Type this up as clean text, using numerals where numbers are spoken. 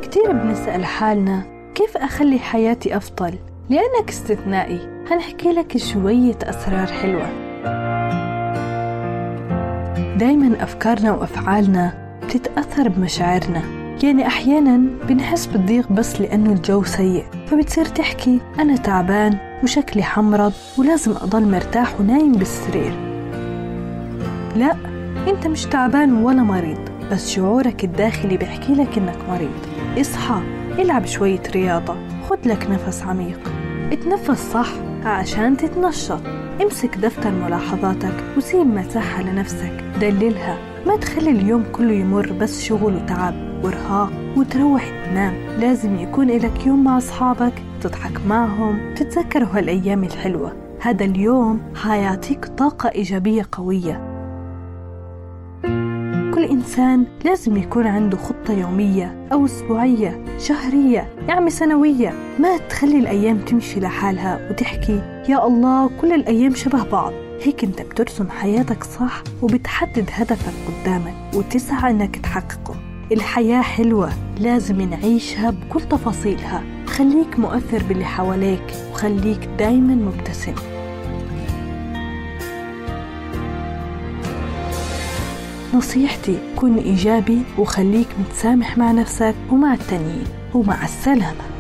كتير بنسأل حالنا كيف أخلي حياتي أفضل؟ لأنك استثنائي هنحكي لك شوية أسرار حلوة. دايما أفكارنا وأفعالنا بتتأثر بمشاعرنا، يعني أحيانا بنحس بالضيق بس لأنه الجو سيء، فبتصير تحكي أنا تعبان وشكلي حمرض ولازم أضل مرتاح ونايم بالسرير. لا، أنت مش تعبان ولا مريض، بس شعورك الداخلي بيحكي لك إنك مريض. اصحى، العب شوية رياضة، خد لك نفس عميق، اتنفس صح عشان تتنشط، امسك دفتر ملاحظاتك وسيب مساحة لنفسك دللها. ما تخلي اليوم كله يمر بس شغل وتعب وارهاق وتروح تنام. لازم يكون لك يوم مع أصحابك تضحك معهم، تتذكروا هالأيام الحلوة. هذا اليوم هيعطيك طاقة إيجابية قوية. كل إنسان لازم يكون عنده خطة يومية أو أسبوعية، شهرية، يعني سنوية. ما تخلي الأيام تمشي لحالها وتحكي يا الله كل الأيام شبه بعض. هيك أنت بترسم حياتك صح وبتحدد هدفك قدامك وتسعى أنك تحققه. الحياة حلوة، لازم نعيشها بكل تفاصيلها. خليك مؤثر باللي حواليك وخليك دايما مبتسم. نصيحتي كن إيجابي وخليك متسامح مع نفسك ومع التانيين، ومع السلامة.